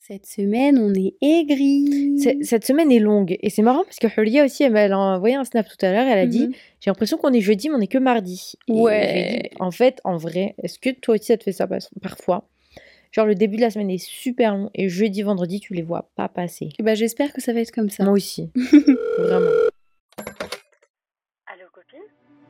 Cette semaine, on est aigris. Cette semaine est longue et c'est marrant parce que Hulia aussi, elle a envoyé un snap tout à l'heure. Elle a dit j'ai l'impression qu'on est jeudi, mais on est que mardi. Et Ouais. je lui ai dit, en fait, en vrai, est-ce que toi aussi ça te fait ça parfois? Genre le début de la semaine est super long et jeudi, vendredi, tu les vois pas passer. Bah, j'espère que ça va être comme ça. Moi aussi, vraiment. Allô, copine?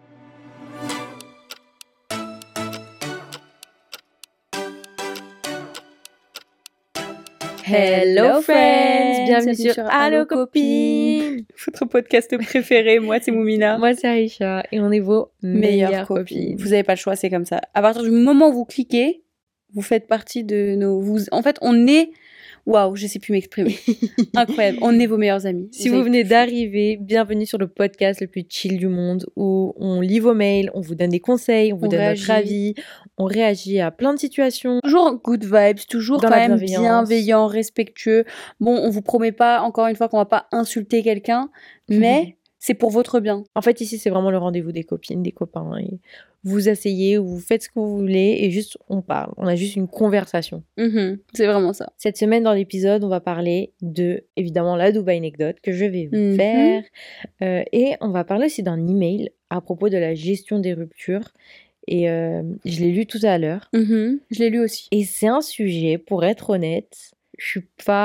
Hello friends, bienvenue sur Allo Copine. Votre podcast préféré, moi c'est Moumina. Moi c'est Aïcha et on est vos meilleures copines. Vous avez pas le choix, c'est comme ça. À partir du moment où vous cliquez, vous faites partie de nos... En fait, on est... Waouh, je sais plus m'exprimer. Incroyable, on est vos meilleurs amis. Si vous venez d'arriver, bienvenue sur le podcast le plus chill du monde où on lit vos mails, on vous donne des conseils, on vous donne notre avis, on réagit à plein de situations. Toujours good vibes, toujours dans quand la même bienveillance. bienveillant, respectueux. Bon, on vous promet pas, encore une fois, qu'on va pas insulter quelqu'un, mais c'est pour votre bien. En fait, ici, c'est vraiment le rendez-vous des copines, des copains. Et vous asseyez ou vous faites ce que vous voulez et juste on parle. On a juste une conversation. C'est vraiment ça. Cette semaine, dans l'épisode, on va parler de, évidemment, la Dubaï anecdote que je vais vous faire. Et on va parler aussi d'un email à propos de la gestion des ruptures. Et je l'ai lu tout à l'heure. Je l'ai lu aussi. Et c'est un sujet, pour être honnête, je suis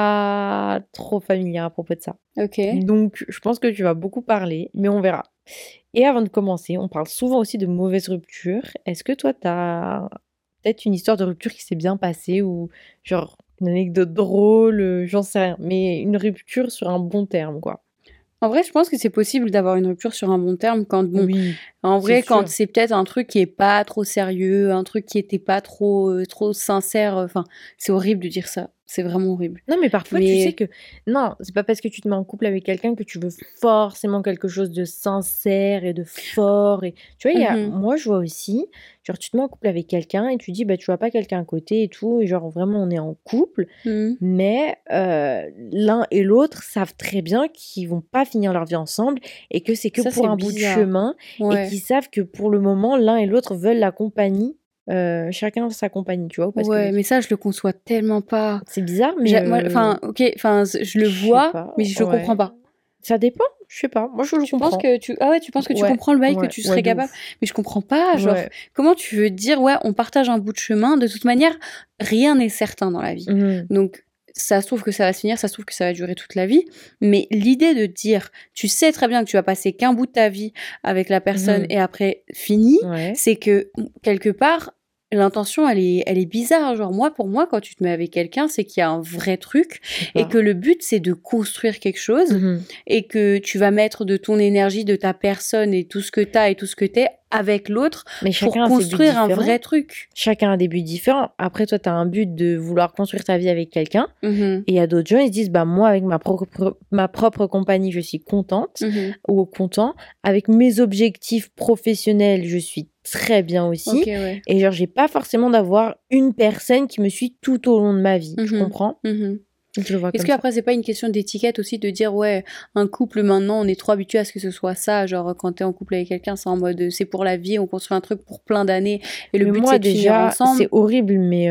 pas trop familière à propos de ça. Ok. Donc, je pense que tu vas beaucoup parler, mais on verra. Et avant de commencer, on parle souvent aussi de mauvaises ruptures. Est-ce que toi, t'as peut-être une histoire de rupture qui s'est bien passée ou genre une anecdote drôle, j'en sais rien, mais une rupture sur un bon terme, quoi. En vrai, je pense que c'est possible d'avoir une rupture sur un bon terme quand, bon, Oui, en vrai, c'est quand sûr. c'est peut-être un truc qui est pas trop sérieux, un truc qui était pas trop sincère. Enfin, c'est horrible de dire ça. C'est vraiment horrible. Non, mais parfois, tu Mais- sais que... Non, c'est pas parce que tu te mets en couple avec quelqu'un que tu veux forcément quelque chose de sincère et de fort. Et... Tu vois, moi, je vois aussi, genre, tu te mets en couple avec quelqu'un et tu dis, bah, tu vois pas quelqu'un à côté et tout, et genre, vraiment, on est en couple, mais l'un et l'autre savent très bien qu'ils vont pas finir leur vie ensemble et que c'est que Ça, pour c'est un bout de bizarre. chemin Ouais. et qu'ils savent que pour le moment, l'un et l'autre veulent la compagnie. Chacun sa compagnie, tu vois, parce Ouais, que mais ça, je le conçois tellement pas. c'est bizarre, mais Moi, enfin, ok, enfin, je le je sais vois, pas, mais je le ouais. comprends pas. Ça dépend, je sais pas. Moi, je le Tu comprends. penses que tu penses que tu Ouais, comprends le bail, que ouais, tu ouais, serais de capable, ouf. mais je comprends pas. Genre, Ouais. comment tu veux dire, ouais, on partage un bout de chemin. De toute manière, rien n'est certain dans la vie. Donc, ça se trouve que ça va se finir, ça se trouve que ça va durer toute la vie. Mais l'idée de dire, tu sais très bien que tu vas passer qu'un bout de ta vie avec la personne et après fini, Ouais. c'est que quelque part, l'intention, elle est bizarre. Genre, pour moi, quand tu te mets avec quelqu'un, c'est qu'il y a un vrai truc et que le but, c'est de construire quelque chose et que tu vas mettre de ton énergie, de ta personne et tout ce que t'as et tout ce que t'es avec l'autre Mais pour chacun a ses buts construire un différents. vrai truc. Chacun a des buts différents. Après, toi, tu as un but de vouloir construire ta vie avec quelqu'un. Et il y a d'autres gens, ils se disent, bah, moi, avec ma propre compagnie, je suis contente ou content. Avec mes objectifs professionnels, je suis très bien aussi. Ok, ouais. Et genre, j'ai pas forcément d'avoir une personne qui me suit tout au long de ma vie. Tu comprends? Je le vois Est-ce comme ça. qu'après, c'est pas une question d'étiquette aussi de dire, ouais, un couple maintenant, on est trop habitué à ce que ce soit ça. Genre, quand t'es en couple avec quelqu'un, c'est en mode, c'est pour la vie, on construit un truc pour plein d'années. Et le Mais but, moi, c'est de finir déjà, ensemble. c'est horrible, mais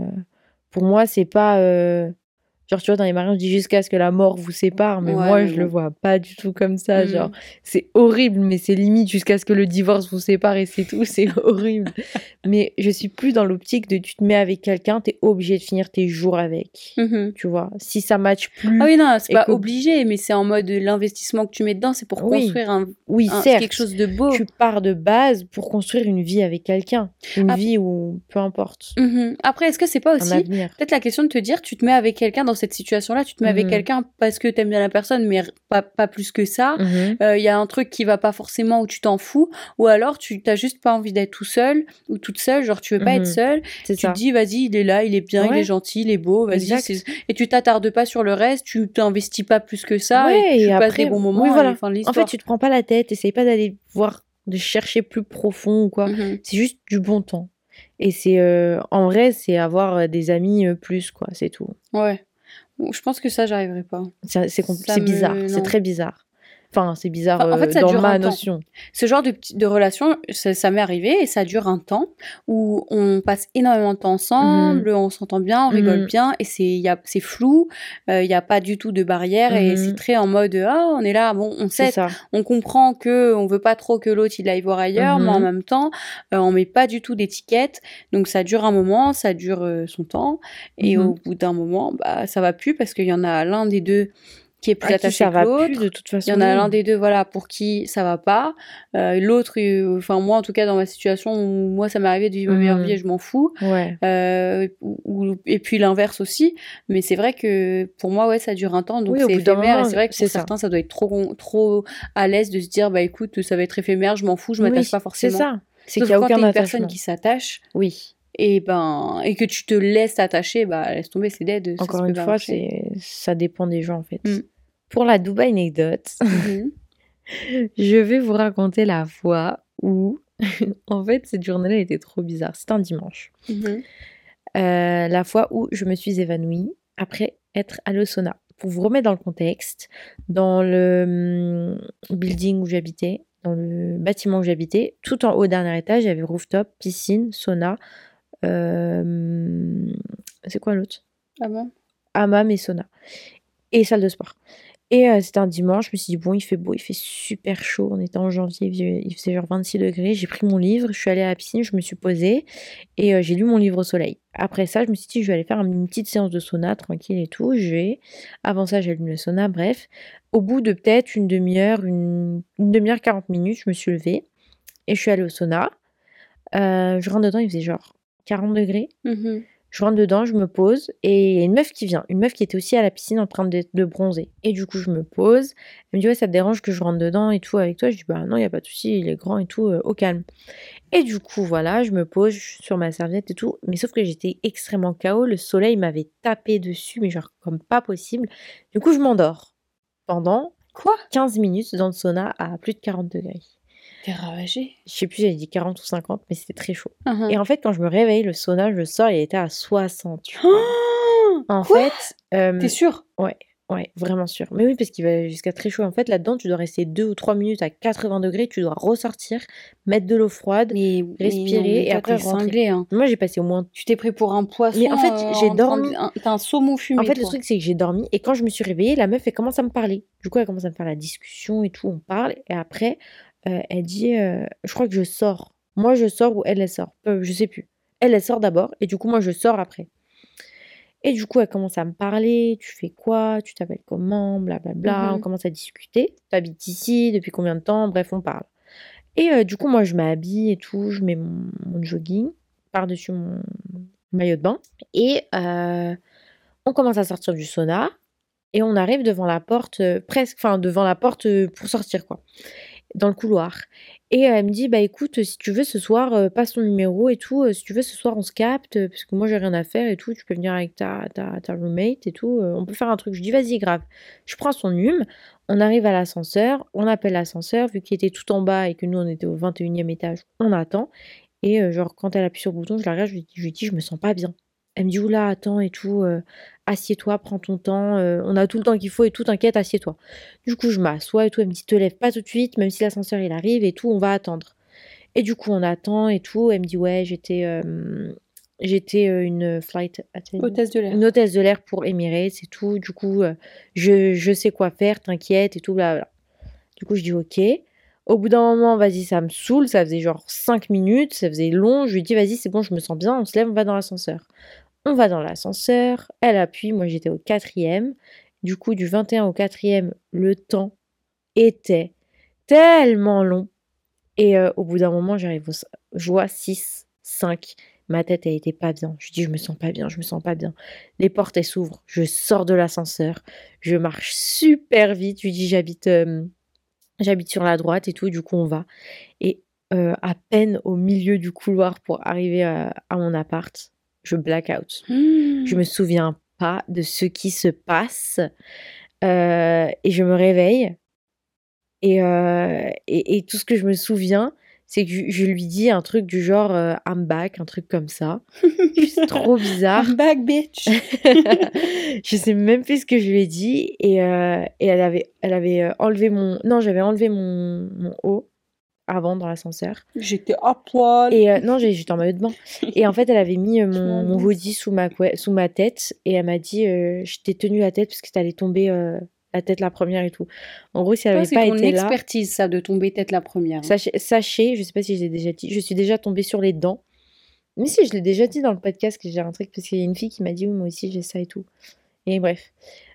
pour moi, c'est pas. Genre, tu vois, dans les mariages, on dit jusqu'à ce que la mort vous sépare, mais Ouais, moi, mais je le bon. vois pas du tout comme ça. Genre, c'est horrible, mais c'est limite jusqu'à ce que le divorce vous sépare et c'est tout, c'est horrible. Mais je suis plus dans l'optique de tu te mets avec quelqu'un, t'es obligé de finir tes jours avec. Tu vois, si ça matche plus. Ah oui, non, c'est et pas que- obligé, mais c'est en mode l'investissement que tu mets dedans, c'est pour Oui. construire Oui, certes, quelque chose de beau. tu pars de base pour construire une vie avec quelqu'un. Une Ah. vie où, peu importe, Après, est-ce que c'est pas un aussi avenir. peut-être la question de te dire, tu te mets avec quelqu'un dans cette situation-là, tu te mets avec quelqu'un parce que t'aimes bien la personne, mais pas plus que ça. Il y a un truc qui va pas forcément où tu t'en fous, ou alors tu t'as juste pas envie d'être tout seul ou toute seule, genre tu veux pas être seule. C'est Tu ça. te dis, vas-y, il est là, il est bien, il Ouais. est gentil, il est beau, vas-y. Exact. Et tu t'attardes pas sur le reste, tu t'investis pas plus que ça, Ouais, et tu passes après, des bons moments, oui, et voilà. fin de En l'histoire. fait, tu te prends pas la tête, essaye pas d'aller voir, de chercher plus profond ou quoi. Mhm. C'est juste du bon temps. Et c'est, en vrai, c'est avoir des amis plus, quoi, c'est tout. Ouais. Bon, je pense que ça, j'arriverai pas. C'est Ça bizarre, c'est non. très bizarre. Enfin, c'est bizarre En fait, ça dans dure ma un temps. notion. Ce genre de relation, ça m'est arrivé et ça dure un temps où on passe énormément de temps ensemble, on s'entend bien, on rigole bien et c'est flou, il y a pas du tout de barrière et c'est très en mode ah on est là, bon on C'est sait, ça. on comprend que on veut pas trop que l'autre il aille voir ailleurs, mais en même temps on met pas du tout d'étiquette, donc ça dure un moment, ça dure son temps et au bout d'un moment bah ça va plus parce qu'il y en a l'un des deux qui est plus attaché que l'autre. De toute façon. Il y en a l'un des deux, voilà, pour qui ça va pas. L'autre, enfin moi en tout cas dans ma situation où moi ça m'est arrivé de vivre ma meilleure vie et je m'en fous. Ouais. Et puis l'inverse aussi. Mais c'est vrai que pour moi ouais ça dure un temps donc Oui, au c'est bout d'un éphémère moment, et c'est vrai que pour c'est ça. certains ça doit être trop à l'aise de se dire bah écoute ça va être éphémère, je m'en fous, je m'attache pas forcément. C'est ça. C'est Sauf qu'il y a quand aucun t'es une attachement. personne qui s'attache. Oui. Et que tu te laisses t'attacher, bah laisse tomber, c'est dead. Encore une fois, ça dépend des gens en fait. Pour la Dubaï anecdote, je vais vous raconter la fois où, en fait, cette journée-là était trop bizarre. C'était un dimanche. La fois où je me suis évanouie après être allée au sauna. Pour vous remettre dans le contexte, dans le building où j'habitais, dans le bâtiment où j'habitais, tout en haut, dernier étage, il y avait rooftop, piscine, sauna. C'est quoi l'autre ? Hammam et sauna. Et salle de sport. Et c'était un dimanche, je me suis dit, bon, il fait beau, il fait super chaud. On était en janvier, il faisait genre 26 degrés. J'ai pris mon livre, je suis allée à la piscine, je me suis posée et j'ai lu mon livre au soleil. Après ça, je me suis dit, je vais aller faire une petite séance de sauna, tranquille et tout. Avant ça, j'ai allumé le sauna, bref. Au bout de peut-être une demi-heure, 40 minutes, je me suis levée et je suis allée au sauna. Je rentre dedans, il faisait genre 40 degrés. Je rentre dedans, je me pose et il y a une meuf qui vient. Une meuf qui était aussi à la piscine en train de bronzer. Et du coup, je me pose. Elle me dit, ouais, ça te dérange que je rentre dedans et tout avec toi? Je dis, bah non, il n'y a pas de souci, il est grand et tout, au calme. Et du coup, voilà, je me pose, je suis sur ma serviette et tout. Mais sauf que j'étais extrêmement KO. Le soleil m'avait tapé dessus, mais genre comme pas possible. Du coup, je m'endors pendant 15 minutes dans le sauna à plus de 40 degrés. T'es ravagée. Je sais plus, j'avais dit 40 ou 50, mais c'était très chaud. Et en fait, quand je me réveille, le sauna, je sors, il était à 60. En fait... T'es sûre? Ouais, vraiment sûr. Mais oui, parce qu'il va jusqu'à très chaud. En fait, là-dedans, tu dois rester 2 ou 3 minutes à 80 degrés, tu dois ressortir, mettre de l'eau froide, respirer et après rentrer. Cinglé, hein. Moi, j'ai passé au moins... Tu t'es pris pour un poisson. Mais en fait, j'ai dormi. T'as un saumon fumé, En fait, le truc, c'est que j'ai dormi et quand je me suis réveillée, la meuf, elle commence à me parler. Du coup, elle commence à me faire la discussion et tout, on parle. Et après, elle dit, je crois que je sors. Moi, je sors ou elle sort. Je sais plus. Elle sort d'abord et du coup, moi, je sors après. Et du coup, elle commence à me parler. Tu fais quoi? Tu t'appelles comment? Blablabla. On commence à discuter. Tu habites ici depuis combien de temps? Bref, on parle. Et du coup, moi, je m'habille et tout. Je mets mon jogging par-dessus mon maillot de bain. Et on commence à sortir du sauna. Et on arrive devant la porte, devant la porte pour sortir, quoi. Dans le couloir. Et elle me dit, bah écoute, si tu veux ce soir, passe ton numéro et tout. Si tu veux ce soir, on se capte, parce que moi, j'ai rien à faire et tout. Tu peux venir avec ta roommate et tout. On peut faire un truc. Je dis, vas-y, grave. Je prends son nume. On arrive à l'ascenseur. On appelle l'ascenseur. Vu qu'il était tout en bas et que nous, on était au 21e étage, on attend. Et genre, quand elle appuie sur le bouton, je la regarde, je lui dis, je me sens pas bien. Elle me dit, oula, attends et tout, assieds-toi, prends ton temps, on a tout le temps qu'il faut et tout, t'inquiète, assieds-toi. Du coup, je m'assois et tout, elle me dit, te lève pas tout de suite, même si l'ascenseur il arrive et tout, on va attendre. Et du coup, on attend et tout, elle me dit, ouais, j'étais une flight attendant. Hôtesse de l'air. Une hôtesse de l'air pour Emirates et tout, du coup, je sais quoi faire, t'inquiète et tout, blablabla. Du coup, je dis, ok. Au bout d'un moment, vas-y, ça me saoule, ça faisait genre 5 minutes, ça faisait long, je lui dis, vas-y, c'est bon, je me sens bien, on se lève, on va dans l'ascenseur. On va dans l'ascenseur, elle appuie, moi j'étais au 4e. Du coup, du 21 au 4e, le temps était tellement long. Et au bout d'un moment, je vois 6, 5. Ma tête, elle était pas bien. Je dis, je me sens pas bien, je me sens pas bien. Les portes, elles s'ouvrent. Je sors de l'ascenseur. Je marche super vite. Je dis, j'habite sur la droite et tout. Du coup, on va. Et à peine au milieu du couloir pour arriver à mon appart, je black out. Je me souviens pas de ce qui se passe. Et je me réveille. Et tout ce que je me souviens, c'est que je lui dis un truc du genre I'm back, un truc comme ça. C'est trop bizarre. I'm back, bitch. Je sais même plus ce que je lui ai dit. Et elle avait enlevé mon... Non, j'avais enlevé mon haut avant dans l'ascenseur. J'étais à poil. Et non, j'étais en maillot de bain. Et en fait, elle avait mis mon hoodie sous ma tête. Et elle m'a dit, je t'ai tenu la tête parce que t'allais tomber la tête la première et tout. En gros, si elle n'avait pas été là... C'est ton expertise, ça, de tomber tête la première. Sachez, je sais pas si je l'ai déjà dit, je suis déjà tombée sur les dents. Mais si, je l'ai déjà dit dans le podcast que j'ai un truc, parce qu'il y a une fille qui m'a dit, oui, moi aussi, j'ai ça et tout. Et bref.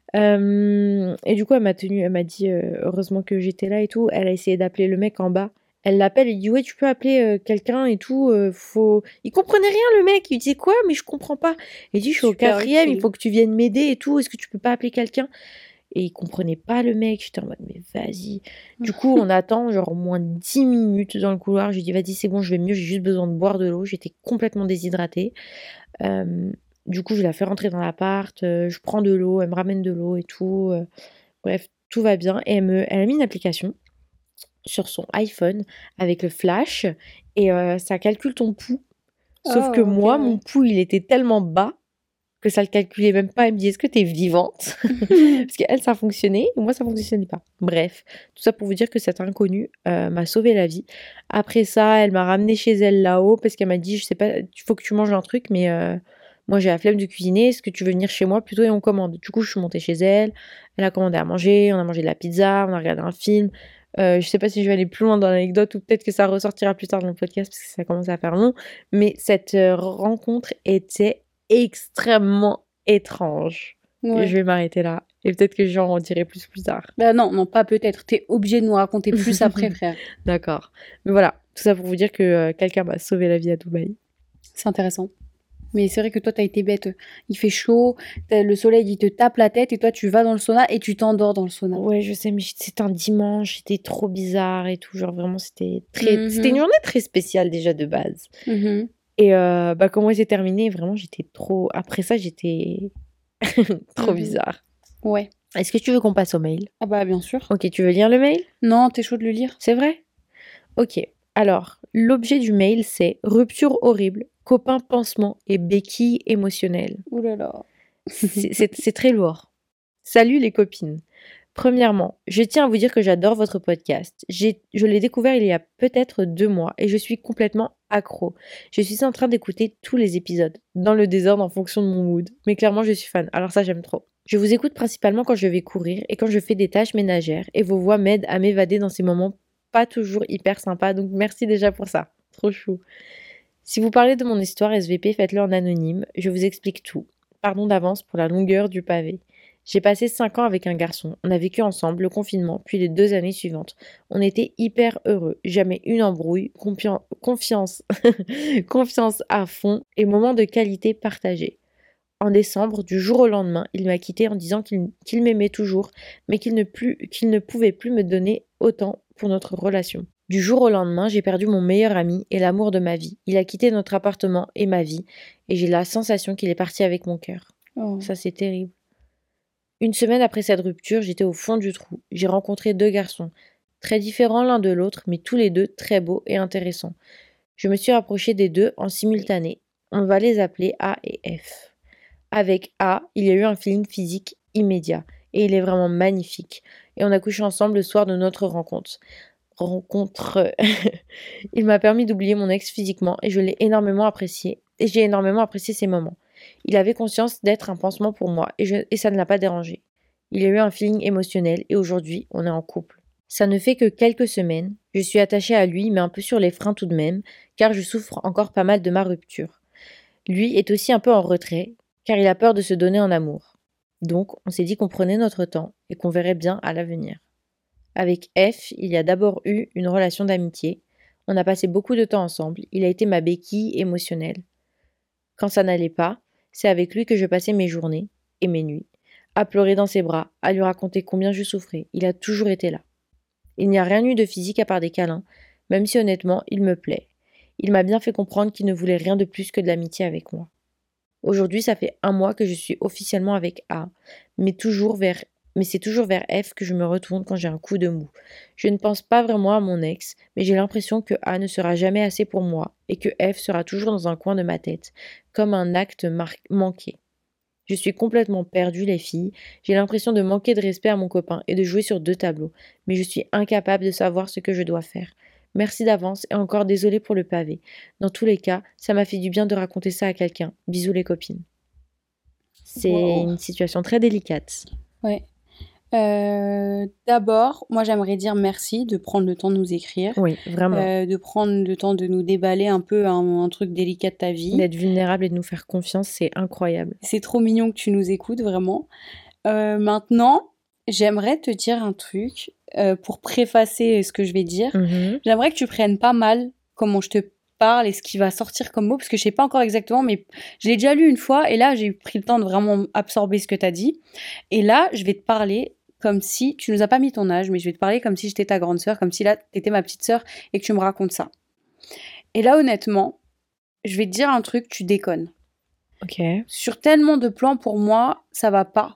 Et du coup, elle m'a dit, heureusement que j'étais là et tout. Elle a essayé d'appeler le mec en bas. Elle l'appelle, il dit, ouais, tu peux appeler quelqu'un et tout. Il comprenait rien, le mec. Il disait quoi, mais je comprends pas. Il dit, je suis au 4e, il faut que tu viennes m'aider et tout. Est-ce que tu peux pas appeler quelqu'un? Et il comprenait pas le mec. J'étais en mode, mais vas-y. Du coup, on attend genre au moins 10 minutes dans le couloir. J'ai dit, vas-y, c'est bon, je vais mieux. J'ai juste besoin de boire de l'eau. J'étais complètement déshydratée. Du coup, je la fais rentrer dans l'appart. Je prends de l'eau. Elle me ramène de l'eau et tout. Bref, tout va bien. Et elle a mis une application sur son iPhone avec le flash. Et ça calcule ton pouls. Sauf que moi, mon pouls, il était tellement bas que ça le calculait même pas. Elle me dit, est-ce que t'es vivante? Parce qu'elle, ça fonctionnait, et moi, ça fonctionnait pas. Bref, tout ça pour vous dire que cette inconnue m'a sauvé la vie. Après ça, elle m'a ramenée chez elle là-haut, parce qu'elle m'a dit, je sais pas, il faut que tu manges un truc, mais moi, j'ai la flemme de cuisiner, est-ce que tu veux venir chez moi plutôt et on commande? Du coup, je suis montée chez elle, elle a commandé à manger, on a mangé de la pizza, on a regardé un film. Je sais pas si je vais aller plus loin dans l'anecdote ou peut-être que ça ressortira plus tard dans le podcast parce que ça commence à faire long, mais cette rencontre était extrêmement étrange. Ouais. Je vais m'arrêter là. Et peut-être que j'en dirai plus tard. Bah non, pas peut-être. T'es obligé de nous raconter plus après, frère. D'accord. Mais voilà, tout ça pour vous dire que quelqu'un m'a sauvé la vie à Dubaï. C'est intéressant. Mais c'est vrai que toi, t'as été bête. Il fait chaud, le soleil, il te tape la tête et toi, tu vas dans le sauna et tu t'endors dans le sauna. Ouais, je sais, mais c'était un dimanche, c'était trop bizarre et tout. Genre vraiment, c'était c'était une journée très spéciale déjà de base. Et comment c'est terminé, vraiment, j'étais trop... Après ça, j'étais trop bizarre. Ouais. Est-ce que tu veux qu'on passe au mail? Ah bah, bien sûr. Ok, tu veux lire le mail? Non, t'es chaud de le lire. C'est vrai? Ok. Alors, l'objet du mail, c'est rupture horrible, copain pansement et béquille émotionnelle. Ouh là là. C'est très lourd. Salut les copines. Premièrement, je tiens à vous dire que j'adore votre podcast. Je l'ai découvert il y a peut-être 2 mois et je suis complètement accro. Je suis en train d'écouter tous les épisodes, dans le désordre en fonction de mon mood. Mais clairement, je suis fan, alors ça j'aime trop. Je vous écoute principalement quand je vais courir et quand je fais des tâches ménagères et vos voix m'aident à m'évader dans ces moments pas toujours hyper sympas, donc merci déjà pour ça. Trop chou. Si vous parlez de mon histoire SVP, faites-le en anonyme, je vous explique tout. Pardon d'avance pour la longueur du pavé. J'ai passé 5 ans avec un garçon. On a vécu ensemble le confinement, puis les 2 années suivantes. On était hyper heureux. Jamais une embrouille, confiance, confiance à fond et moments de qualité partagés. En décembre, du jour au lendemain, il m'a quitté en disant qu'il m'aimait toujours, mais qu'il ne pouvait plus me donner autant pour notre relation. Du jour au lendemain, j'ai perdu mon meilleur ami et l'amour de ma vie. Il a quitté notre appartement et ma vie, et j'ai la sensation qu'il est parti avec mon cœur. Oh. Ça, c'est terrible. Une semaine après cette rupture, j'étais au fond du trou. J'ai rencontré 2 garçons, très différents l'un de l'autre, mais tous les 2 très beaux et intéressants. Je me suis rapprochée des 2 en simultané. On va les appeler A et F. Avec A, il y a eu un feeling physique immédiat, et il est vraiment magnifique. Et on a couché ensemble le soir de notre rencontre. Il m'a permis d'oublier mon ex physiquement, et je l'ai énormément apprécié. Et j'ai énormément apprécié ces moments. Il avait conscience d'être un pansement pour moi et ça ne l'a pas dérangé. Il y a eu un feeling émotionnel et aujourd'hui, on est en couple. Ça ne fait que quelques semaines. Je suis attachée à lui, mais un peu sur les freins tout de même, car je souffre encore pas mal de ma rupture. Lui est aussi un peu en retrait, car il a peur de se donner en amour. Donc, on s'est dit qu'on prenait notre temps et qu'on verrait bien à l'avenir. Avec F, il y a d'abord eu une relation d'amitié. On a passé beaucoup de temps ensemble. Il a été ma béquille émotionnelle. Quand ça n'allait pas, c'est avec lui que je passais mes journées et mes nuits, à pleurer dans ses bras, à lui raconter combien je souffrais. Il a toujours été là. Il n'y a rien eu de physique à part des câlins, même si honnêtement, il me plaît. Il m'a bien fait comprendre qu'il ne voulait rien de plus que de l'amitié avec moi. Aujourd'hui, ça fait 1 mois que je suis officiellement avec A, mais toujours vers mais c'est toujours vers F que je me retourne quand j'ai un coup de mou. Je ne pense pas vraiment à mon ex, mais j'ai l'impression que A ne sera jamais assez pour moi et que F sera toujours dans un coin de ma tête, comme un acte manqué. Je suis complètement perdue, les filles. J'ai l'impression de manquer de respect à mon copain et de jouer sur 2 tableaux, mais je suis incapable de savoir ce que je dois faire. Merci d'avance et encore désolée pour le pavé. Dans tous les cas, ça m'a fait du bien de raconter ça à quelqu'un. Bisous les copines. C'est une situation très délicate. Ouais. D'abord, moi j'aimerais dire merci de prendre le temps de nous écrire. Oui, vraiment. De prendre le temps de nous déballer un peu un truc délicat de ta vie. D'être vulnérable et de nous faire confiance, c'est incroyable. C'est trop mignon que tu nous écoutes, vraiment. Maintenant, j'aimerais te dire un truc pour préfacer ce que je vais dire. J'aimerais que tu prennes pas mal comment je te parle et ce qui va sortir comme mot, parce que je sais pas encore exactement, mais je l'ai déjà lu une fois et là j'ai pris le temps de vraiment absorber ce que tu as dit. Et là, je vais te parler comme si, tu nous as pas mis ton âge, mais je vais te parler comme si j'étais ta grande sœur, comme si là t'étais ma petite sœur et que tu me racontes ça. Et là, honnêtement, je vais te dire un truc, tu déconnes. Ok. Sur tellement de plans, pour moi, ça va pas.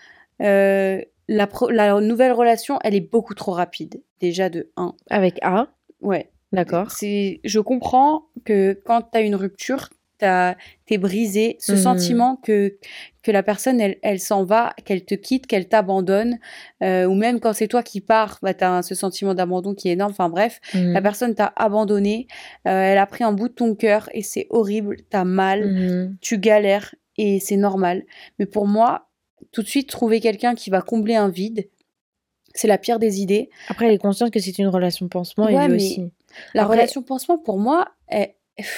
La nouvelle relation, elle est beaucoup trop rapide. Déjà de 1. Avec A? Ouais. D'accord. Je comprends que quand t'as une rupture, t'es brisé. Ce sentiment que la personne, elle s'en va, qu'elle te quitte, qu'elle t'abandonne, ou même quand c'est toi qui pars, bah, t'as ce sentiment d'abandon qui est énorme. Enfin bref, la personne t'a abandonné, elle a pris un bout de ton cœur et c'est horrible, t'as mal, tu galères et c'est normal. Mais pour moi, tout de suite, trouver quelqu'un qui va combler un vide, c'est la pire des idées. Après, elle est consciente que c'est une relation pansement et lui aussi. La relation pansement, pour moi, elle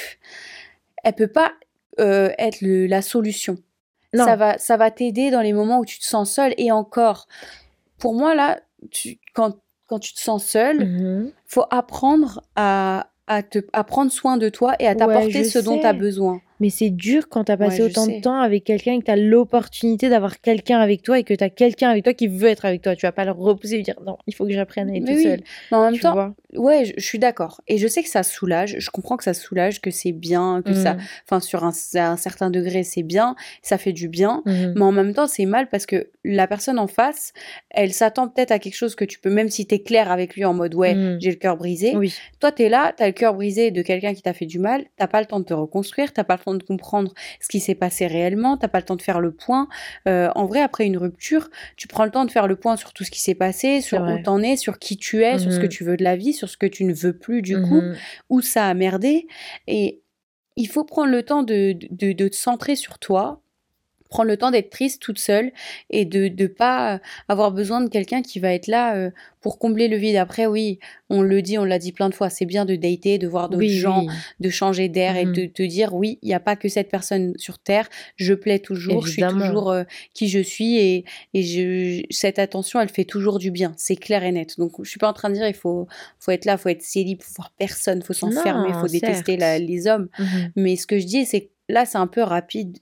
peut pas être la solution. Non. Ça va t'aider dans les moments où tu te sens seule. Et encore, pour moi, là, quand tu te sens seule, faut apprendre à prendre soin de toi et à t'apporter ce dont tu as besoin. Mais c'est dur quand t'as passé autant de temps avec quelqu'un et que t'as l'opportunité d'avoir quelqu'un avec toi et que t'as quelqu'un avec toi qui veut être avec toi. Tu vas pas le repousser et lui dire non, il faut que j'apprenne à être toute seule. Mais en même temps, ouais, je suis d'accord. Et je sais que ça soulage. Je comprends que ça soulage, que c'est bien, que ça, enfin, sur un certain degré, c'est bien, ça fait du bien. Mais en même temps, c'est mal parce que la personne en face, elle s'attend peut-être à quelque chose que tu peux, même si t'es clair avec lui en mode ouais, j'ai le cœur brisé. Oui. Toi, t'es là, t'as le cœur brisé de quelqu'un qui t'a fait du mal, t'as pas le temps de te reconstruire, t'as pas le temps de comprendre ce qui s'est passé réellement, t'as pas le temps de faire le point. En vrai, après une rupture, tu prends le temps de faire le point sur tout ce qui s'est passé, sur où t'en es, sur qui tu es, sur ce que tu veux de la vie, sur ce que tu ne veux plus du coup, où ça a merdé. Et il faut prendre le temps de te centrer sur toi, prendre le temps d'être triste toute seule et de pas avoir besoin de quelqu'un qui va être là pour combler le vide. Après, oui, on l'a dit plein de fois, c'est bien de dater, de voir d'autres gens, de changer d'air et de te dire, oui, il n'y a pas que cette personne sur Terre, je plais toujours, évidemment. je suis toujours qui je suis et cette attention, elle fait toujours du bien, c'est clair et net. Donc, je suis pas en train de dire, il faut être là, il faut être célib, il faut voir personne, il faut s'enfermer, il faut détester les hommes. Mais ce que je dis, c'est que là, c'est un peu rapide.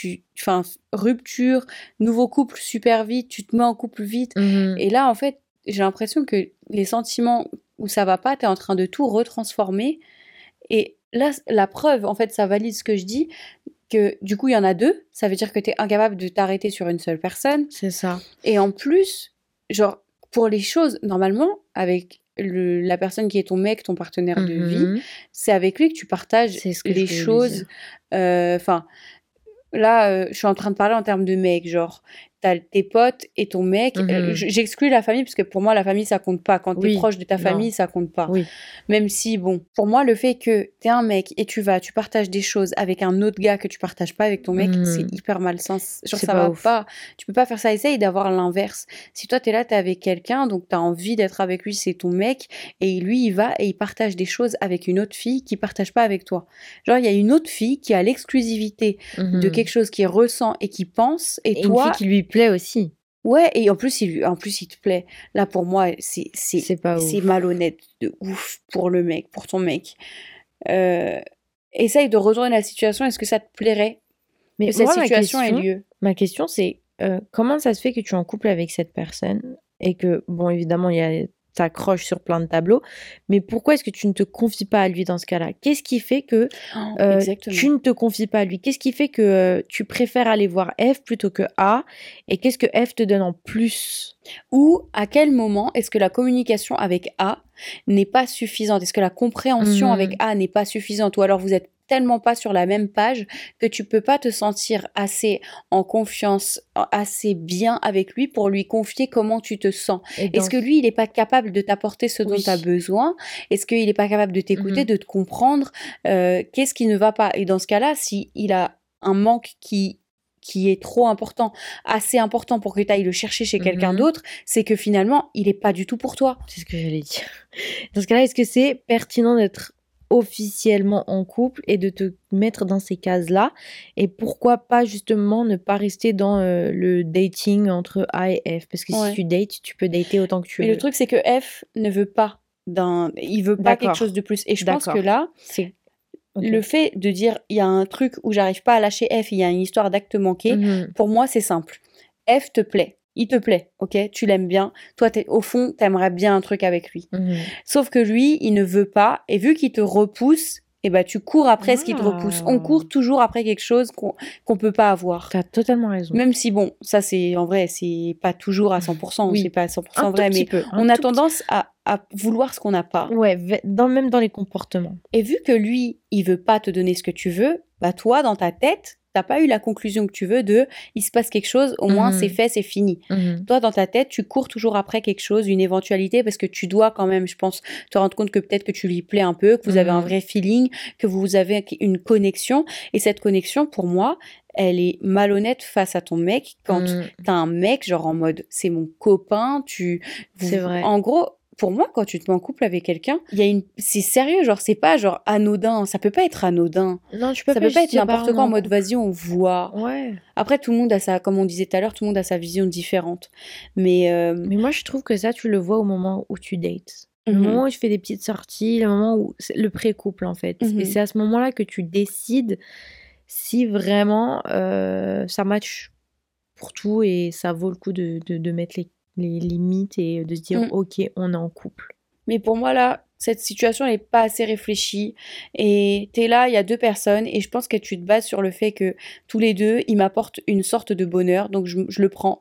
Rupture, nouveau couple super vite, tu te mets en couple vite. Et là, en fait, j'ai l'impression que les sentiments où ça va pas, t'es en train de tout retransformer. Et là, la preuve, en fait, ça valide ce que je dis, que du coup, il y en a 2. Ça veut dire que t'es incapable de t'arrêter sur une seule personne. C'est ça. Et en plus, genre, pour les choses, normalement, avec la personne qui est ton mec, ton partenaire de vie, c'est avec lui que tu partages les choses. Enfin... Là, je suis en train de parler en termes de mec, genre, t'as tes potes et ton mec. J'exclus la famille, parce que pour moi, la famille, ça compte pas. Quand t'es proche de ta famille, ça compte pas. Même si, bon, pour moi, le fait que t'es un mec et tu partages des choses avec un autre gars que tu partages pas avec ton mec, c'est hyper malsain. Genre, ça va pas. Tu peux pas faire ça. Essaye d'avoir l'inverse. Si toi, t'es là, t'es avec quelqu'un, donc t'as envie d'être avec lui, c'est ton mec, et lui, il va et il partage des choses avec une autre fille qui partage pas avec toi. Genre, il y a une autre fille qui a l'exclusivité de quelque chose qu'il ressent et qui pense, et toi... une fille qui lui plaît aussi. Ouais, et en plus, il te plaît. Là, pour moi, c'est malhonnête de ouf pour le mec, pour ton mec. Essaye de retourner la situation. Est-ce que ça te plairait que cette situation ait lieu? Ma question, c'est comment ça se fait que tu es en couple avec cette personne et que, bon, évidemment, il y a t'accroches sur plein de tableaux, mais pourquoi est-ce que tu ne te confies pas à lui dans ce cas-là? Qu'est-ce qui fait que tu ne te confies pas à lui? Qu'est-ce qui fait que tu préfères aller voir F plutôt que A? Et qu'est-ce que F te donne en plus? Ou à quel moment est-ce que la communication avec A n'est pas suffisante? Est-ce que la compréhension avec A n'est pas suffisante? Ou alors vous êtes tellement pas sur la même page que tu peux pas te sentir assez en confiance, assez bien avec lui pour lui confier comment tu te sens. Est-ce que lui, il est pas capable de t'apporter ce dont tu as besoin? Est-ce qu'il est pas capable de t'écouter, de te comprendre? Qu'est-ce qui ne va pas? Et dans ce cas-là, si il a un manque qui est trop important, assez important pour que tu ailles le chercher chez quelqu'un d'autre, c'est que finalement, il est pas du tout pour toi. C'est ce que j'allais dire. Dans ce cas-là, est-ce que c'est pertinent d'être officiellement en couple et de te mettre dans ces cases-là? Et pourquoi pas justement ne pas rester dans le dating entre A et F? Parce que si tu dates, tu peux dater autant que tu veux. Mais le truc, c'est que F ne veut pas il veut pas quelque chose de plus. Et je pense que là, le fait de dire il y a un truc où j'arrive pas à lâcher F, il y a une histoire d'acte manqué, pour moi, c'est simple. F te plaît. Il te plaît, ok? Tu l'aimes bien. Toi, au fond, t'aimerais bien un truc avec lui. Sauf que lui, il ne veut pas. Et vu qu'il te repousse, eh ben, tu cours après ce qui te repousse. On court toujours après quelque chose qu'on peut pas avoir. T'as totalement raison. Même si, bon, ça, c'est, en vrai, c'est pas toujours à 100%. C'est pas à 100% vrai, mais on a tendance à vouloir ce qu'on n'a pas. Ouais, même dans les comportements. Et vu que lui, il veut pas te donner ce que tu veux, bah, toi, dans ta tête, t'as pas eu la conclusion que tu veux il se passe quelque chose, au moins c'est fait, c'est fini. Toi, dans ta tête, tu cours toujours après quelque chose, une éventualité, parce que tu dois quand même, je pense, te rendre compte que peut-être que tu lui plais un peu, que vous avez un vrai feeling, que vous avez une connexion. Et cette connexion, pour moi, elle est malhonnête face à ton mec quand t'as un mec, genre en mode, c'est mon copain, c'est vrai. En gros, pour moi, quand tu te mets en couple avec quelqu'un, c'est sérieux, genre, c'est pas genre anodin, ça peut pas être anodin. Non, ça peut pas être n'importe quoi en mode vas-y, on voit. Ouais. Après, tout le monde a comme on disait tout à l'heure, tout le monde a sa vision différente. Mais moi, je trouve que ça, tu le vois au moment où tu dates. Le moment où tu fais des petites sorties, le moment où le pré-couple, en fait. Et c'est à ce moment-là que tu décides si vraiment ça match pour tout et ça vaut le coup de mettre les limites et de se dire ok, on est en couple. Mais pour moi là, cette situation n'est pas assez réfléchie et t'es là, il y a deux personnes et je pense que tu te bases sur le fait que tous les deux, ils m'apportent une sorte de bonheur, donc je le prends.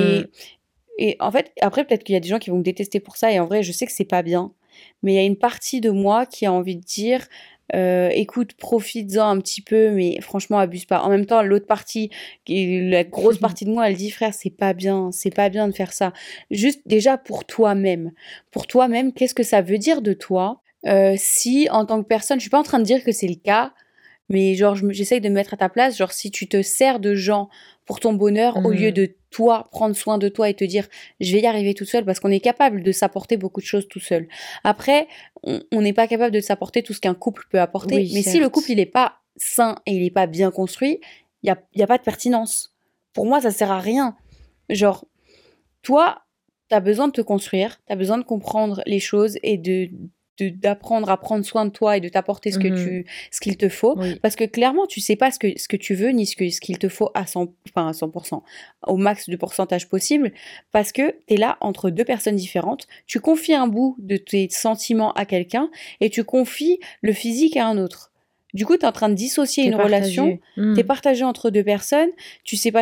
Et en fait, après peut-être qu'il y a des gens qui vont me détester pour ça et en vrai, je sais que c'est pas bien, mais il y a une partie de moi qui a envie de dire écoute, profites-en un petit peu, mais franchement, abuse pas. En même temps, l'autre partie, la grosse partie de moi, elle dit, frère, c'est pas bien de faire ça. Juste déjà pour toi-même. Pour toi-même, qu'est-ce que ça veut dire de toi si, en tant que personne, je suis pas en train de dire que c'est le cas, mais genre, j'essaye de me mettre à ta place, genre, si tu te sers de gens pour ton bonheur, au lieu de toi, prendre soin de toi et te dire, je vais y arriver toute seule, parce qu'on est capable de s'apporter beaucoup de choses tout seul. Après, on n'est pas capable de s'apporter tout ce qu'un couple peut apporter, mais certes. Si le couple, il est pas sain et il est pas bien construit, il y a pas de pertinence. Pour moi, ça sert à rien. Genre, toi, t'as besoin de te construire, t'as besoin de comprendre les choses et d'apprendre à prendre soin de toi et de t'apporter ce qu'il te faut, parce que clairement tu sais pas ce que tu veux ni ce qu'il te faut à 100%, au max de pourcentage possible, parce que t'es là entre deux personnes différentes, tu confies un bout de tes sentiments à quelqu'un et tu confies le physique à un autre. Du coup, t'es en train de dissocier une relation, t'es partagé entre deux personnes, tu sais pas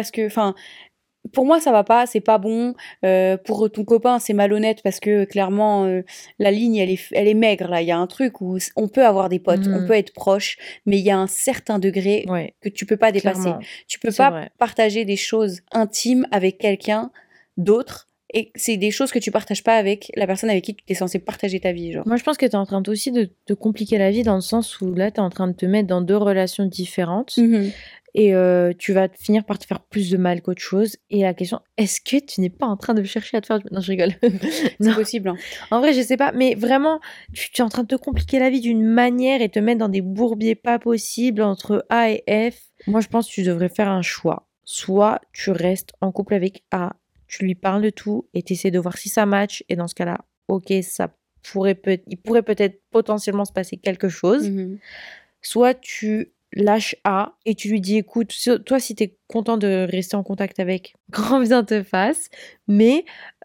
pour moi, ça va pas, c'est pas bon. Pour ton copain, c'est malhonnête parce que clairement, la ligne, elle est maigre là. Il y a un truc où on peut avoir des potes, on peut être proche, mais il y a un certain degré que tu peux pas dépasser. Clairement. Tu peux pas partager des choses intimes avec quelqu'un d'autre. Et c'est des choses que tu partages pas avec la personne avec qui tu es censé partager ta vie. Genre. Moi, je pense que tu es en train aussi de te compliquer la vie dans le sens où là, tu es en train de te mettre dans deux relations différentes. Et tu vas finir par te faire plus de mal qu'autre chose. Et la question, est-ce que tu n'es pas en train de chercher à te faire du... Non, je rigole. C'est possible. Hein. En vrai, je sais pas. Mais vraiment, tu es en train de te compliquer la vie d'une manière et te mettre dans des bourbiers pas possibles entre A et F. Moi, je pense que tu devrais faire un choix. Soit tu restes en couple avec A, tu lui parles de tout et tu essaies de voir si ça match. Et dans ce cas-là, ok, il pourrait peut-être potentiellement se passer quelque chose. Soit tu lâches A et tu lui dis écoute, toi si t'es content de rester en contact avec, grand bien te fasse, mais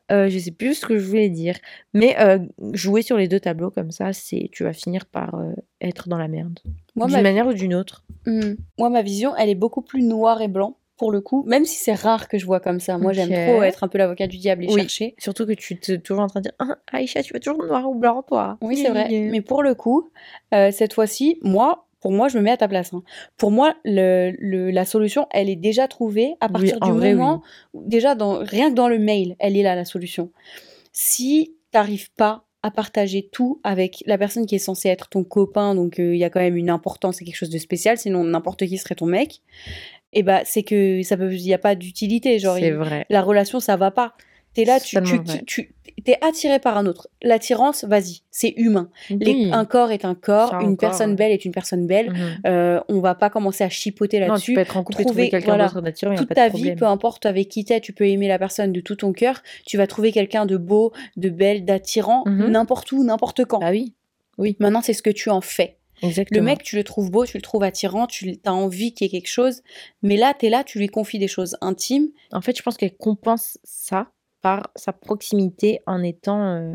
Je sais plus ce que je voulais dire. Mais jouer sur les 2 tableaux comme ça, tu vas finir par être dans la merde. D'une manière ou d'une autre. Moi, ma vision, elle est beaucoup plus noir et blanc, pour le coup. Même si c'est rare que je vois comme ça. Moi, j'aime trop être un peu l'avocat du diable et chercher. Surtout que tu es toujours en train de dire « Aïcha, tu vas toujours noir ou blanc, toi ?» Oui, c'est vrai. Mais pour le coup, cette fois-ci, pour moi, je me mets à ta place. Pour moi, la solution, elle est déjà trouvée à partir du moment... Déjà, rien que dans le mail, elle est là, la solution. Si t'arrives pas à partager tout avec la personne qui est censée être ton copain, donc il y a quand même une importance, c'est quelque chose de spécial, sinon n'importe qui serait ton mec, et bah c'est que il y a pas d'utilité, genre vrai. La relation ça va pas. T'es là, tu t'es attiré par un autre. L'attirance, vas-y, c'est humain. Un corps est un corps, une personne belle est une personne belle. On va pas commencer à chipoter là-dessus. Non, tu peux être en couple et trouver quelqu'un d'autre d'attirant, toute ta vie, peu importe avec qui t'es, tu peux aimer la personne de tout ton cœur. Tu vas trouver quelqu'un de beau, de belle, d'attirant, n'importe où, n'importe quand. Ah oui. Maintenant, c'est ce que tu en fais. Exactement. Le mec, tu le trouves beau, tu le trouves attirant, tu as envie qu'il y ait quelque chose. Mais là, t'es là, tu lui confies des choses intimes. En fait, je pense qu'elle compense ça par sa proximité en étant...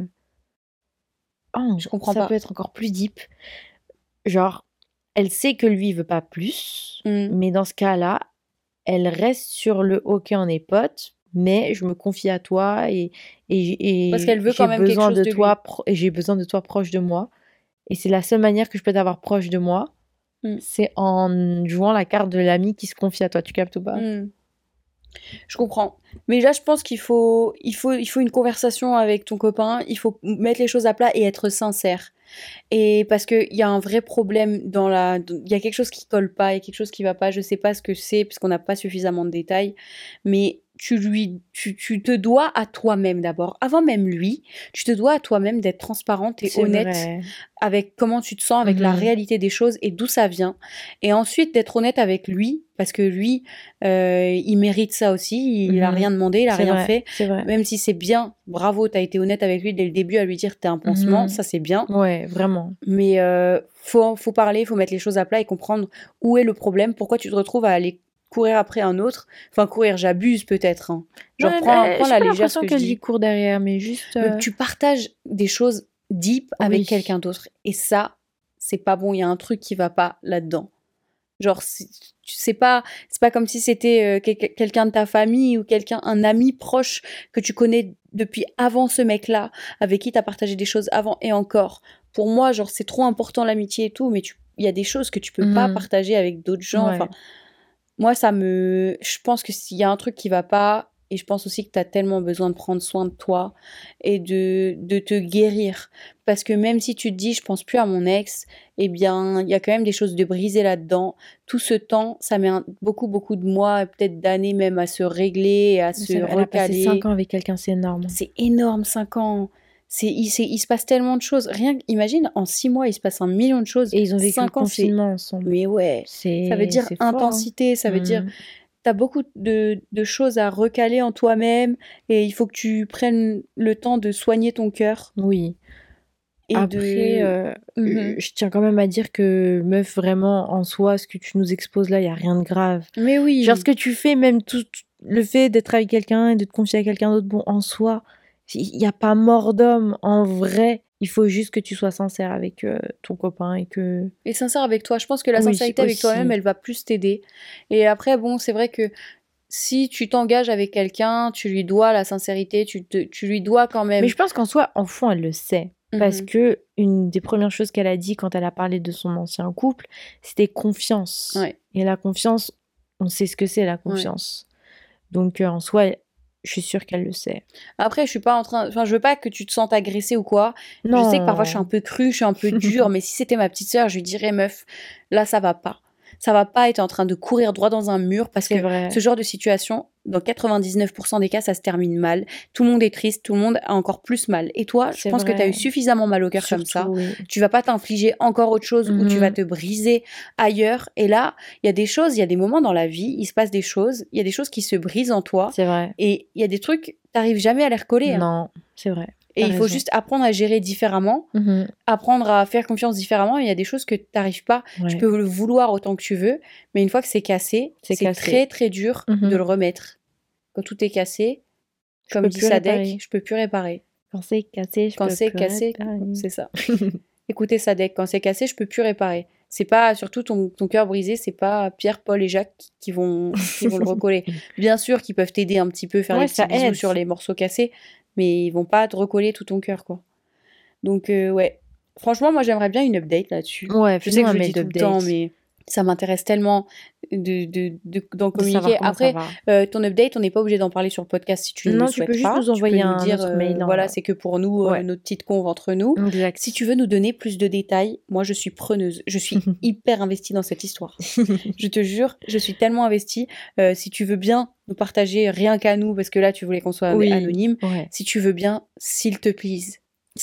je comprends pas. Ça peut être encore plus deep. Genre, elle sait que lui, il veut pas plus. Mais dans ce cas-là, elle reste sur le « ok, on est potes », mais je me confie à toi et parce qu'elle veut quand même quelque chose de toi et j'ai besoin de toi proche de moi. Et c'est la seule manière que je peux t'avoir proche de moi, c'est en jouant la carte de l'ami qui se confie à toi. Tu captes ou pas? Je comprends. Mais là, je pense qu'il faut une conversation avec ton copain. Il faut mettre les choses à plat et être sincère. Et parce qu'il y a un vrai problème il y a quelque chose qui colle pas, il y a quelque chose qui va pas. Je sais pas ce que c'est, parce qu'on n'a pas suffisamment de détails. Mais tu te dois à toi-même d'abord. Avant même lui, tu te dois à toi-même d'être transparente et honnête avec comment tu te sens, avec la réalité des choses et d'où ça vient. Et ensuite, d'être honnête avec lui, parce que lui, il mérite ça aussi. Il a rien demandé, il a rien fait. Même si c'est bien, bravo, t'as été honnête avec lui dès le début à lui dire t'es un pansement, ça c'est bien. Ouais, vraiment. Mais faut parler, faut mettre les choses à plat et comprendre où est le problème, pourquoi tu te retrouves à aller courir après un autre. Enfin, courir, j'abuse peut-être. Genre, prends la légère ce que je dis. Court derrière, mais juste... Mais tu partages des choses deep avec quelqu'un d'autre. Et ça, c'est pas bon. Il y a un truc qui va pas là-dedans. Genre, c'est pas comme si c'était quelqu'un de ta famille ou un ami proche que tu connais depuis avant ce mec-là, avec qui t'as partagé des choses avant et encore. Pour moi, genre, c'est trop important l'amitié et tout, mais il y a des choses que tu peux pas partager avec d'autres gens. Enfin, moi, je pense que s'il y a un truc qui va pas, et je pense aussi que tu as tellement besoin de prendre soin de toi et de te guérir. Parce que même si tu te dis, je pense plus à mon ex, eh bien, il y a quand même des choses de brisées là-dedans. Tout ce temps, ça met beaucoup, beaucoup de mois, peut-être d'années même à se régler, à se recaler. Elle a passé 5 ans avec quelqu'un, c'est énorme. C'est énorme, 5 ans. Il se passe tellement de choses. Imagine, en 6 mois, il se passe 1 million de choses. Et ils ont vécu le confinement ensemble. Mais ouais, ça veut dire intensité, ça veut dire... T'as beaucoup de choses à recaler en toi-même et il faut que tu prennes le temps de soigner ton cœur. Oui. Et après, je tiens quand même à dire que, meuf, vraiment, en soi, ce que tu nous exposes là, il n'y a rien de grave. Mais oui. Genre, ce que tu fais, même tout le fait d'être avec quelqu'un et de te confier à quelqu'un d'autre, bon, en soi, il n'y a pas mort d'homme. En vrai, il faut juste que tu sois sincère avec ton copain et sincère avec toi. Je pense que la sincérité avec toi-même, elle va plus t'aider. Et après, bon, c'est vrai que si tu t'engages avec quelqu'un, tu lui dois la sincérité, tu lui dois quand même. Mais je pense qu'en soi, en fond, elle le sait. Parce que une des premières choses qu'elle a dit quand elle a parlé de son ancien couple, c'était confiance. Ouais. Et la confiance, on sait ce que c'est la confiance. Ouais. Donc en soi, je suis sûre qu'elle le sait. Après, je veux pas que tu te sentes agressée ou quoi. Non. Je sais que parfois je suis un peu crue, je suis un peu dure, mais si c'était ma petite sœur, je lui dirais, meuf, là ça va pas. Ça va pas être en train de courir droit dans un mur parce que ce genre de situation, dans 99% des cas, ça se termine mal. Tout le monde est triste, tout le monde a encore plus mal. Et toi, je pense que tu as eu suffisamment mal au cœur comme ça. Oui. Tu vas pas t'infliger encore autre chose où tu vas te briser ailleurs. Et là, il y a des choses, il y a des moments dans la vie, il se passe des choses, il y a des choses qui se brisent en toi. C'est vrai. Et il y a des trucs, t'arrives jamais à les recoller. Non, c'est vrai. Et il faut juste apprendre à gérer différemment, apprendre à faire confiance différemment. Il y a des choses que tu n'arrives pas. Ouais. Tu peux le vouloir autant que tu veux, mais une fois que c'est cassé, c'est très très dur de le remettre. Quand tout est cassé, Comme dit Sadek, je peux plus réparer. Quand c'est cassé, je peux plus réparer. C'est ça. Écoutez Sadek, quand c'est cassé, je peux plus réparer. C'est pas, surtout ton cœur brisé, c'est pas Pierre, Paul et Jacques qui vont le recoller. Bien sûr qu'ils peuvent t'aider un petit peu, faire des petits bisous sur les morceaux cassés, mais ils vont pas te recoller tout ton cœur, quoi. Donc, ouais. Franchement, moi, j'aimerais bien une update là-dessus. Ouais, je sais que je le dis tout le temps, mais ça m'intéresse tellement d'en communiquer. Après, ton update, on n'est pas obligé d'en parler sur le podcast si tu ne le souhaites pas. Non, tu peux juste nous envoyer un autre mail. Voilà, c'est que pour nous, notre petite conve entre nous. Exact. Si tu veux nous donner plus de détails, moi, je suis preneuse. Je suis hyper investie dans cette histoire. Je te jure, je suis tellement investie. Si tu veux bien nous partager, rien qu'à nous, parce que là, tu voulais qu'on soit anonyme. Ouais. Si tu veux bien, s'il te plaît,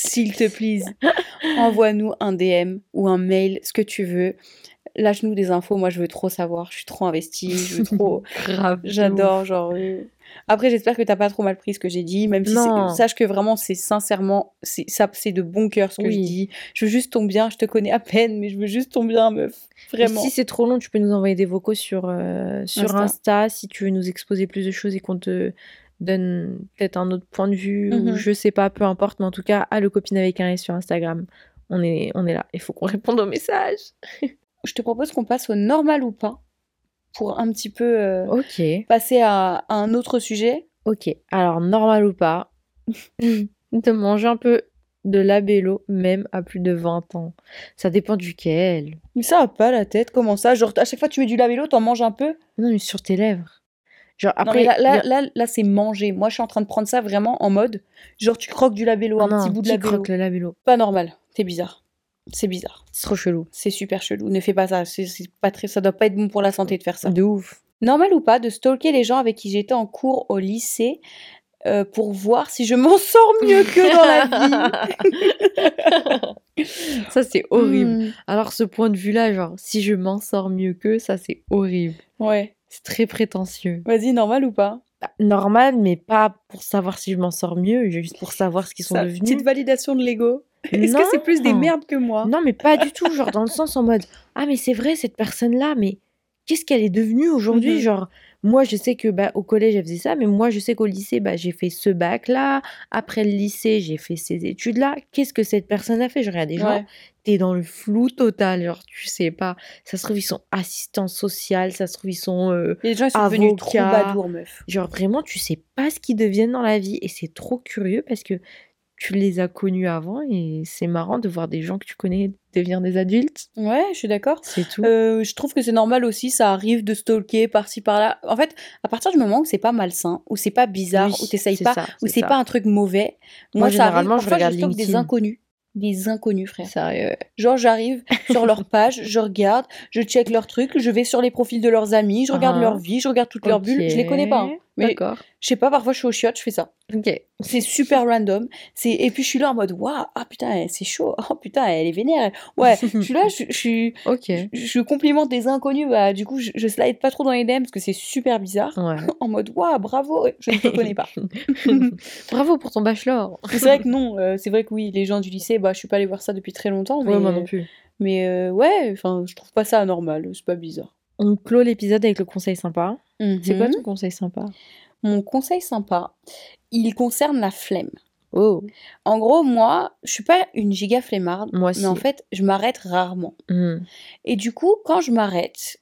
envoie-nous un DM ou un mail, ce que tu veux. Lâche-nous des infos, moi je veux trop savoir, je suis trop investie, je veux trop... Grave. J'adore, genre... Après, j'espère que t'as pas trop mal pris ce que j'ai dit, même si sache que vraiment, c'est sincèrement, c'est de bon cœur ce que je dis. Je veux juste ton bien, je te connais à peine, mais je veux juste ton bien, meuf. Vraiment. Et si c'est trop long, tu peux nous envoyer des vocaux sur Insta, si tu veux nous exposer plus de choses et qu'on te donne peut-être un autre point de vue, ou je sais pas, peu importe, mais en tout cas, à le copine avec un S sur Instagram, on est là. Il faut qu'on réponde aux messages. Je te propose qu'on passe au normal ou pas, pour un petit peu passer à un autre sujet. Ok, alors normal ou pas, de manger un peu de labello, même à plus de 20 ans. Ça dépend duquel. Mais ça a pas la tête, comment ça? Genre, à chaque fois que tu mets du labello, t'en manges un peu? Non, mais sur tes lèvres. Genre, après, non, mais là, c'est manger. Moi, je suis en train de prendre ça vraiment en mode, genre, tu croques du labello, petit bout de labello. Croque le labello. Pas normal, t'es bizarre. C'est bizarre. C'est trop chelou. C'est super chelou. Ne fais pas ça. C'est pas très... Ça doit pas être bon pour la santé de faire ça. De ouf. Normal ou pas de stalker les gens avec qui j'étais en cours au lycée pour voir si je m'en sors mieux que dans la vie. Ça, c'est horrible. Alors, ce point de vue-là, genre, si je m'en sors mieux qu'eux, ça, c'est horrible. Ouais. C'est très prétentieux. Vas-y, normal ou pas? Normal, mais pas pour savoir si je m'en sors mieux, juste pour savoir ce qu'ils sont devenus. Petite validation de l'ego. Est-ce que c'est plus des merdes que moi? Non, mais pas du tout. Genre, dans le sens en mode, ah, mais c'est vrai, cette personne-là, mais qu'est-ce qu'elle est devenue aujourd'hui? Genre, moi, je sais que au collège, elle faisait ça, mais moi, je sais qu'au lycée, j'ai fait ce bac-là. Après le lycée, j'ai fait ces études-là. Qu'est-ce que cette personne a fait? Je regarde des gens, t'es dans le flou total. Genre, tu sais pas. Ça se trouve, ils sont assistants sociaux. Ça se trouve, ils sont les gens, ils sont devenus troubadours, meuf. Genre, vraiment, tu sais pas ce qu'ils deviennent dans la vie. Et c'est trop curieux parce que tu les as connus avant et c'est marrant de voir des gens que tu connais devenir des adultes. Ouais, je suis d'accord. C'est tout. Je trouve que c'est normal aussi, ça arrive de stalker par-ci par-là. En fait, à partir du moment où c'est pas malsain, où c'est pas bizarre, où t'essayes pas, où c'est pas un truc mauvais, moi ça généralement, arrive. Parfois, je regarde stalk des inconnus. Des inconnus, frère. Sérieux. Genre, j'arrive sur leur page, je regarde, je check leurs trucs, je vais sur les profils de leurs amis, je regarde leur vie, je regarde toutes leurs bulles. Je les connais pas. Hein. Mais d'accord. Je sais pas, parfois je suis au chiottes, je fais ça. Ok. C'est super random. Et puis je suis là en mode, waouh, ah putain, c'est chaud. Oh putain, elle est vénère. Ouais, je suis là, je suis. Ok. Je complimente des inconnus. Du coup, je slide pas trop dans les DM parce que c'est super bizarre. Ouais. En mode, waouh, bravo, je ne te connais pas. Bravo pour ton bachelor. C'est vrai que non, c'est vrai que oui, les gens du lycée, je suis pas allée voir ça depuis très longtemps. Mais, ouais, moi non plus. Mais ouais, enfin, je trouve pas ça anormal, c'est pas bizarre. On clôt l'épisode avec le conseil sympa. C'est quoi ton conseil sympa? Mon conseil sympa, il concerne la flemme. Oh. En gros, moi, je suis pas une giga flemmarde, moi aussi. Mais en fait, je m'arrête rarement. Et du coup, quand je m'arrête,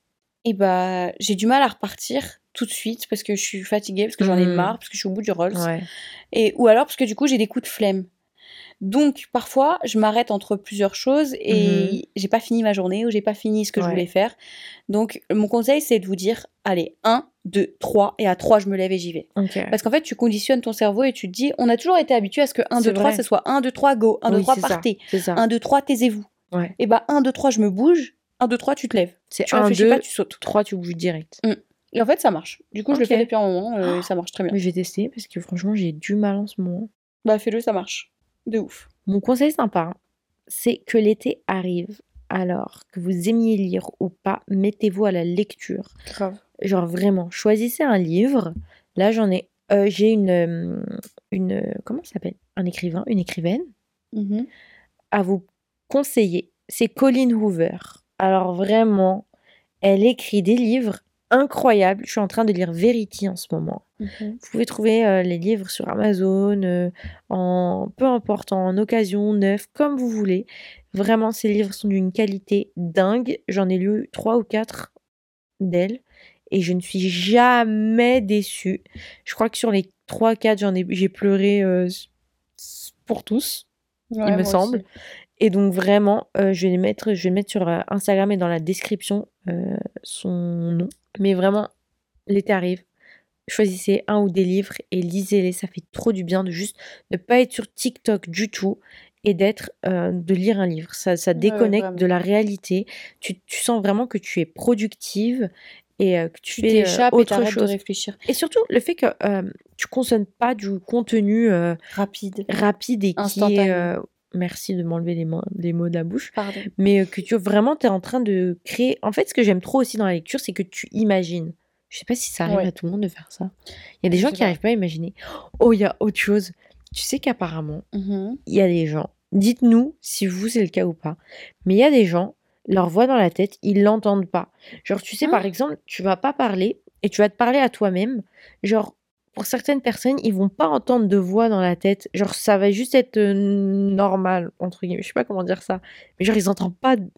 j'ai du mal à repartir tout de suite parce que je suis fatiguée, parce que j'en ai marre, parce que je suis au bout du Rolls. Ouais. Ou alors parce que du coup, j'ai des coups de flemme. Donc, parfois, je m'arrête entre plusieurs choses et j'ai pas fini ma journée ou j'ai pas fini ce que je voulais faire. Donc, mon conseil, c'est de vous dire, allez, 1, 2, 3, et à 3, je me lève et j'y vais. Okay. Parce qu'en fait, tu conditionnes ton cerveau et tu te dis, on a toujours été habitué à ce que 1, 2, 3, ce soit 1, 2, 3, go, 1, 2, 3, partez. 1, 2, 3, taisez-vous. Ouais. Et 1, 2, 3, je me bouge, 1, 2, 3, tu te lèves. C'est tu 1, réfléchis 2, pas, tu sautes. 3, tu bouges direct. Et en fait, ça marche. Du coup, je le fais depuis un moment et ça marche très bien. Mais je vais tester parce que franchement, j'ai du mal en ce moment. Fais-le, ça marche. De ouf. Mon conseil sympa, c'est que l'été arrive. Alors, que vous aimiez lire ou pas, mettez-vous à la lecture. Grave. Genre vraiment, choisissez un livre. Là, j'ai une comment ça s'appelle? Un écrivain, une écrivaine à vous conseiller. C'est Colleen Hoover. Alors vraiment, elle écrit des livres incroyable. Je suis en train de lire Verity en ce moment. Mhm. Vous pouvez trouver les livres sur Amazon, peu importe, en occasion, neuf, comme vous voulez. Vraiment, ces livres sont d'une qualité dingue. J'en ai lu 3 ou 4 d'elle et je ne suis jamais déçue. Je crois que sur les 3-4, j'ai pleuré pour tous, il Ouais, me moi semble. aussi. Et donc vraiment, je vais le mettre sur Instagram et dans la description son nom. Mais vraiment, l'été arrive. Choisissez un ou des livres et lisez-les. Ça fait trop du bien de juste ne pas être sur TikTok du tout et de lire un livre. Ça Ouais, déconnecte vraiment. de la réalité. Tu sens vraiment que tu es productive et que tu Tu fais t'échappes et autre t'arrêtes de chose. réfléchir. Et surtout, le fait que tu consommes pas du contenu Rapide, rapide et qui est... instantané. Merci de m'enlever les mots de la bouche. Pardon. Mais que tu vraiment, tu es en train de créer... En fait, ce que j'aime trop aussi dans la lecture, c'est que tu imagines. Je sais pas si ça arrive Ouais. à tout le monde de faire ça. Il y a des Je gens sais qui pas. n'arrivent pas à imaginer. Oh, il y a autre chose. Tu sais qu'apparemment, Mhm. il y a des gens... Dites-nous si vous, c'est le cas ou pas. Mais il y a des gens, leur voix dans la tête, ils l'entendent pas. Genre, tu sais, par exemple, tu vas pas parler et tu vas te parler à toi-même. Genre, pour certaines personnes, ils vont pas entendre de voix dans la tête. Genre, ça va juste être normal, entre guillemets. Je sais pas comment dire ça. Mais genre, ils entendent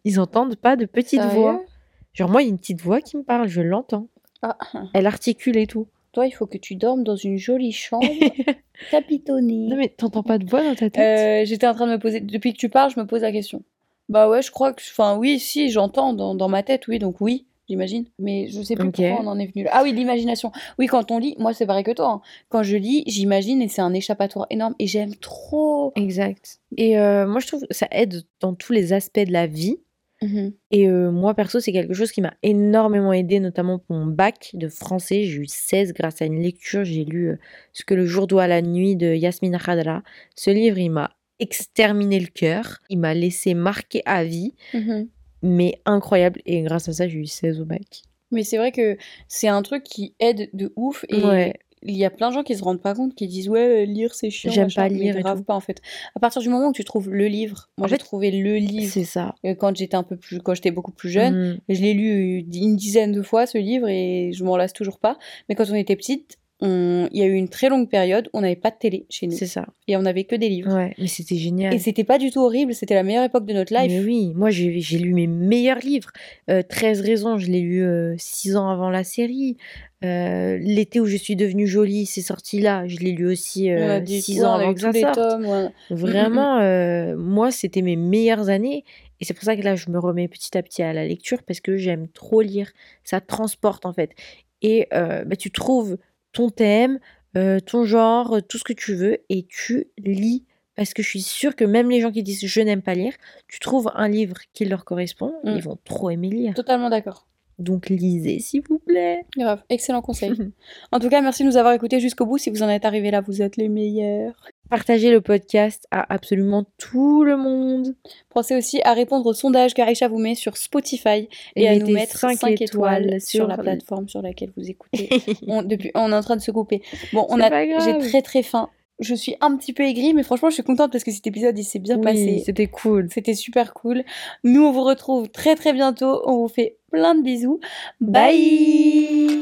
pas de petites Sérieux? voix. Genre, moi, il y a une petite voix qui me parle, je l'entends. Ah. Elle articule et tout. Toi, il faut que tu dormes dans une jolie chambre capitonnée. Non, mais t'entends pas de voix dans ta tête? J'étais en train de me poser... Depuis que tu parles, je me pose la question. Bah ouais, je crois que... Enfin, oui, si, j'entends dans ma tête, oui, donc oui, j'imagine. Mais je sais plus Ok. pourquoi on en est venu là. Ah oui, l'imagination. Oui, quand on lit, moi c'est pareil que toi, hein. Quand je lis, j'imagine et c'est un échappatoire énorme. Et j'aime trop. Exact. Et moi, je trouve que ça aide dans tous les aspects de la vie. Mhm. Et moi, perso, c'est quelque chose qui m'a énormément aidée, notamment pour mon bac de français. J'ai eu 16 grâce à une lecture. J'ai lu Ce que le jour doit à la nuit de Yasmina Khadra. Ce livre, il m'a exterminé le cœur. Il m'a laissé marquer à vie, Mhm. mais incroyable. Et grâce à ça, j'ai eu 16 au bac. Mais c'est vrai que c'est un truc qui aide de ouf. Et Ouais. il y a plein de gens qui se rendent pas compte, qui disent ouais, lire c'est chiant, J'aime machin. pas Mais lire et grave tout. pas en fait. À partir du moment où tu trouves le livre, moi En j'ai fait, trouvé le livre C'est ça. quand j'étais quand j'étais beaucoup plus jeune. Mhm. Je l'ai lu une dizaine de fois ce livre et je m'en lasse toujours pas. Mais quand on était petite, il y a eu une très longue période où on n'avait pas de télé chez nous C'est ça. et on avait que des livres. Ouais, mais c'était génial. Et c'était pas du tout horrible, c'était la meilleure époque de notre life. Mais oui, moi j'ai lu mes meilleurs livres. 13 raisons, je l'ai lu 6 ans avant la série. L'été où je suis devenue jolie, c'est sorti là. Je l'ai lu aussi On a dit 6 ouais, ans on a avant eu que tous ça les sorte. tomes. Ouais. Vraiment, moi c'était mes meilleures années. Et c'est pour ça que là je me remets petit à petit à la lecture parce que j'aime trop lire. Ça te transporte en fait. Et tu trouves ton thème, ton genre, tout ce que tu veux et tu lis. Parce que je suis sûre que même les gens qui disent je n'aime pas lire, tu trouves un livre qui leur correspond, Mm. ils vont trop aimer lire. Totalement d'accord. Donc lisez s'il vous plaît. Grave, excellent conseil. En tout cas, merci de nous avoir écoutés jusqu'au bout. Si vous en êtes arrivés là, vous êtes les meilleurs. Partagez le podcast à absolument tout le monde. Pensez aussi à répondre au sondage qu'Aïcha vous met sur Spotify et à nous mettez mettre 5 étoiles sur la sur- plateforme sur laquelle vous écoutez. On est en train de se couper. Bon, C'est pas grave. j'ai très très faim. Je suis un petit peu aigrie, mais franchement, je suis contente parce que cet épisode, il s'est bien Oui, passé. c'était cool. C'était super cool. Nous, on vous retrouve très très bientôt. On vous fait plein de bisous. Bye.